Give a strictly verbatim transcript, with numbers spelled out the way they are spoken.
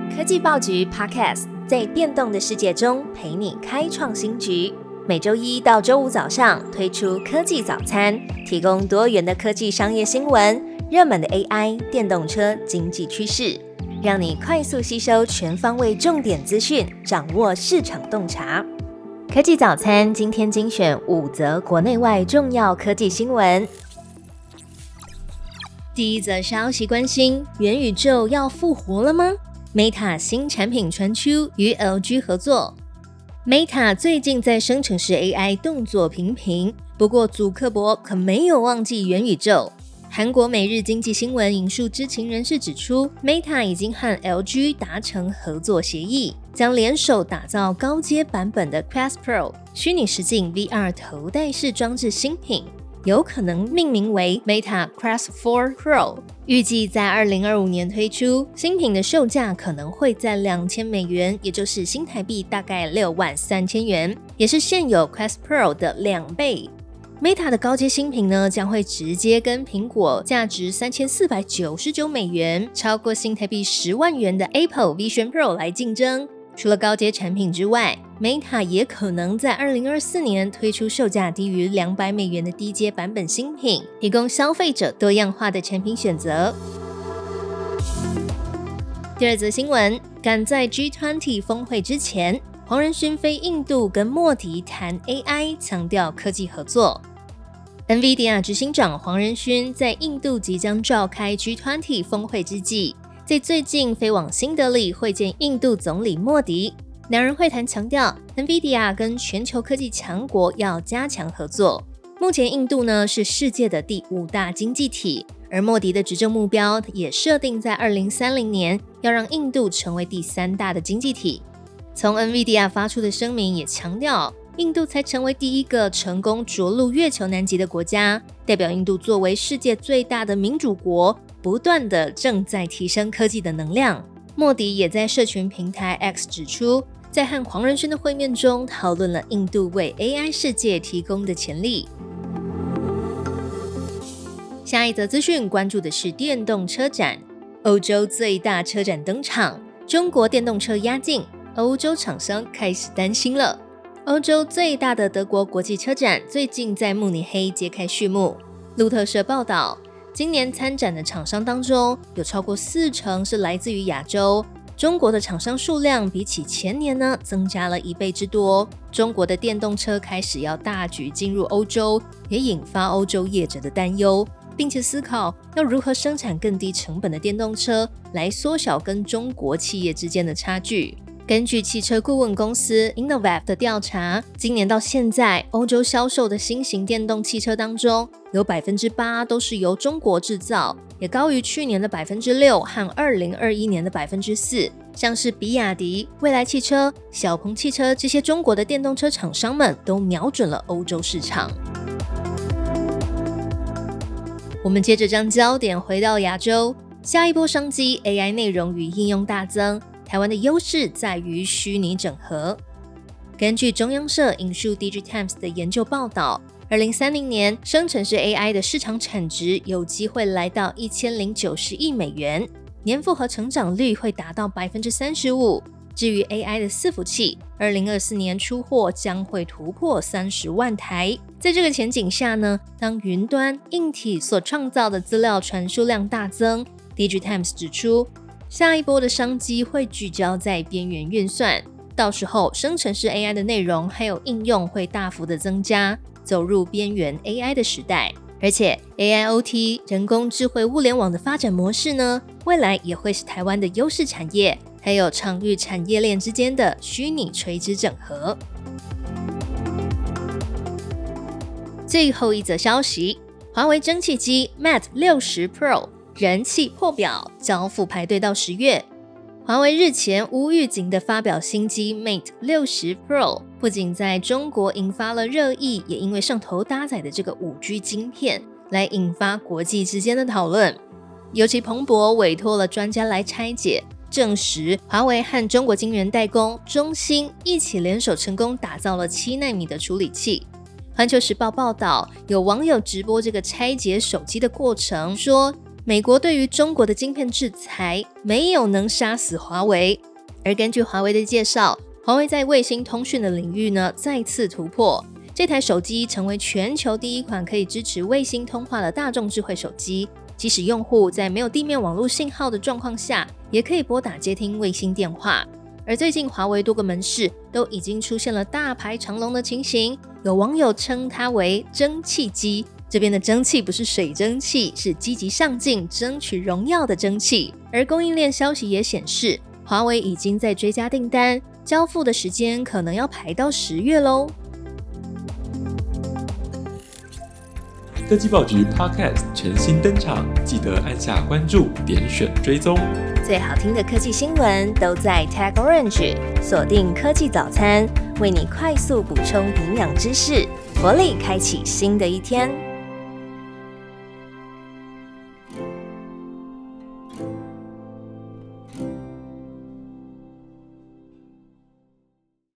科技报局 Podcast 在变动的世界中陪你开创新局。每周一到周五早上推出科技早餐，提供多元的科技商业新闻、热门的 A I、电动车、经济趋势，让你快速吸收全方位重点资讯，掌握市场洞察。科技早餐今天精选五则国内外重要科技新闻。第一则消息关心元宇宙要复活了吗？ Meta 新产品传出与 L G 合作。 Meta 最近在生成式 A I 动作频频，不过祖克伯可没有忘记元宇宙。韩国每日经济新闻引述知情人士指出， Meta 已经和 L G 达成合作协议，将联手打造高阶版本的 Quest Pro 虚拟实境 V R 头戴式装置新品，有可能命名为 Meta Quest 四 Pro， 预计在二零二五年推出。新品的售价可能会在两千美元，也就是新台币大概六万三千元，也是现有 Quest Pro 的两倍。Meta 的高阶新品呢，将会直接跟苹果价值三千四百九十九美元，超过新台币十万元的 Apple Vision Pro 来竞争。除了高阶产品之外， Meta 也可能在二零二四年推出售价低于两百美元的低阶版本新品，提供消费者多样化的产品选择。第二则新闻，赶在 G 二十 峰会之前，黄仁勋飞印度跟莫迪谈 A I， 强调科技合作。NVIDIA 执行长黄仁勋在印度即将召开 G 二十 峰会之际，在最近飞往新德里会见印度总理莫迪。两人会谈强调 NVIDIA 跟全球科技强国要加强合作。目前印度呢是世界的第五大经济体，而莫迪的执政目标也设定在二零三零年要让印度成为第三大的经济体。从 NVIDIA 发出的声明也强调，印度才成为第一个成功着陆月球南极的国家，代表印度作为世界最大的民主国，不断的正在提升科技的能量。莫迪也在社群平台 X 指出，在和黄仁勋的会面中讨论了印度为 A I 世界提供的潜力。下一则资讯关注的是电动车展，欧洲最大车展登场，中国电动车压境，欧洲厂商开始担心了。欧洲最大的德国国际车展最近在慕尼黑揭开序幕。路透社报道，今年参展的厂商当中，有超过四成是来自于亚洲。中国的厂商数量比起前年呢，增加了一倍之多。中国的电动车开始要大举进入欧洲，也引发欧洲业者的担忧，并且思考要如何生产更低成本的电动车，来缩小跟中国企业之间的差距。根据汽车顾问公司 Innovav 的调查，今年到现在，欧洲销售的新型电动汽车当中，有 百分之八 都是由中国制造，也高于去年的 百分之六 和二零二一年的 百分之四。像是比亚迪、蔚来汽车、小鹏汽车这些中国的电动车厂商们都瞄准了欧洲市场。我们接着将焦点回到亚洲，下一波商机 A I 内容与应用大增，台湾的优势在于虚拟整合。根据中央社引述 Digitimes 的研究报道，二零三零年生成式 A I 的市场产值有机会来到一千零九十亿美元，年复合成长率会达到 百分之三十五。至于 A I 的伺服器，二零二四年出货将会突破三十万台。在这个前景下呢，当云端硬体所创造的资料传输量大增， Digitimes 指出，下一波的商机会聚焦在边缘运算，到时候生成式 A I 的内容还有应用会大幅的增加，走入边缘 A I 的时代。而且 A I O T 人工智慧物联网的发展模式呢，未来也会是台湾的优势产业，还有场域产业链之间的虚拟垂直整合。最后一则消息，华为蒸汽机 Mate 六十 Pro 人气破表，交付排队到十月。华为日前无预警的发表新机 Mate 六十 Pro， 不仅在中国引发了热议，也因为上头搭载的这个 五 G 晶片来引发国际之间的讨论。尤其彭博委托了专家来拆解，证实华为和中国晶圆代工中芯一起联手成功打造了七奈米的处理器。环球时报报道，有网友直播这个拆解手机的过程，说美国对于中国的晶片制裁没有能杀死华为，而根据华为的介绍，华为在卫星通讯的领域呢再次突破，这台手机成为全球第一款可以支持卫星通话的大众智慧手机，即使用户在没有地面网络信号的状况下，也可以拨打接听卫星电话。而最近华为多个门市都已经出现了大排长龙的情形，有网友称它为蒸汽机，这边的蒸汽不是水蒸气，是积极上进争取荣耀的蒸汽。而供应链消息也显示，华为已经在追加订单，交付的时间可能要排到十月咯。 科技报局 Podcast 全新登场，记得按下关注，点选追踪。 最好听的科技新闻都在 Tag Orange， 锁定科技早餐，为你快速补充营养知识，活力开启新的一天。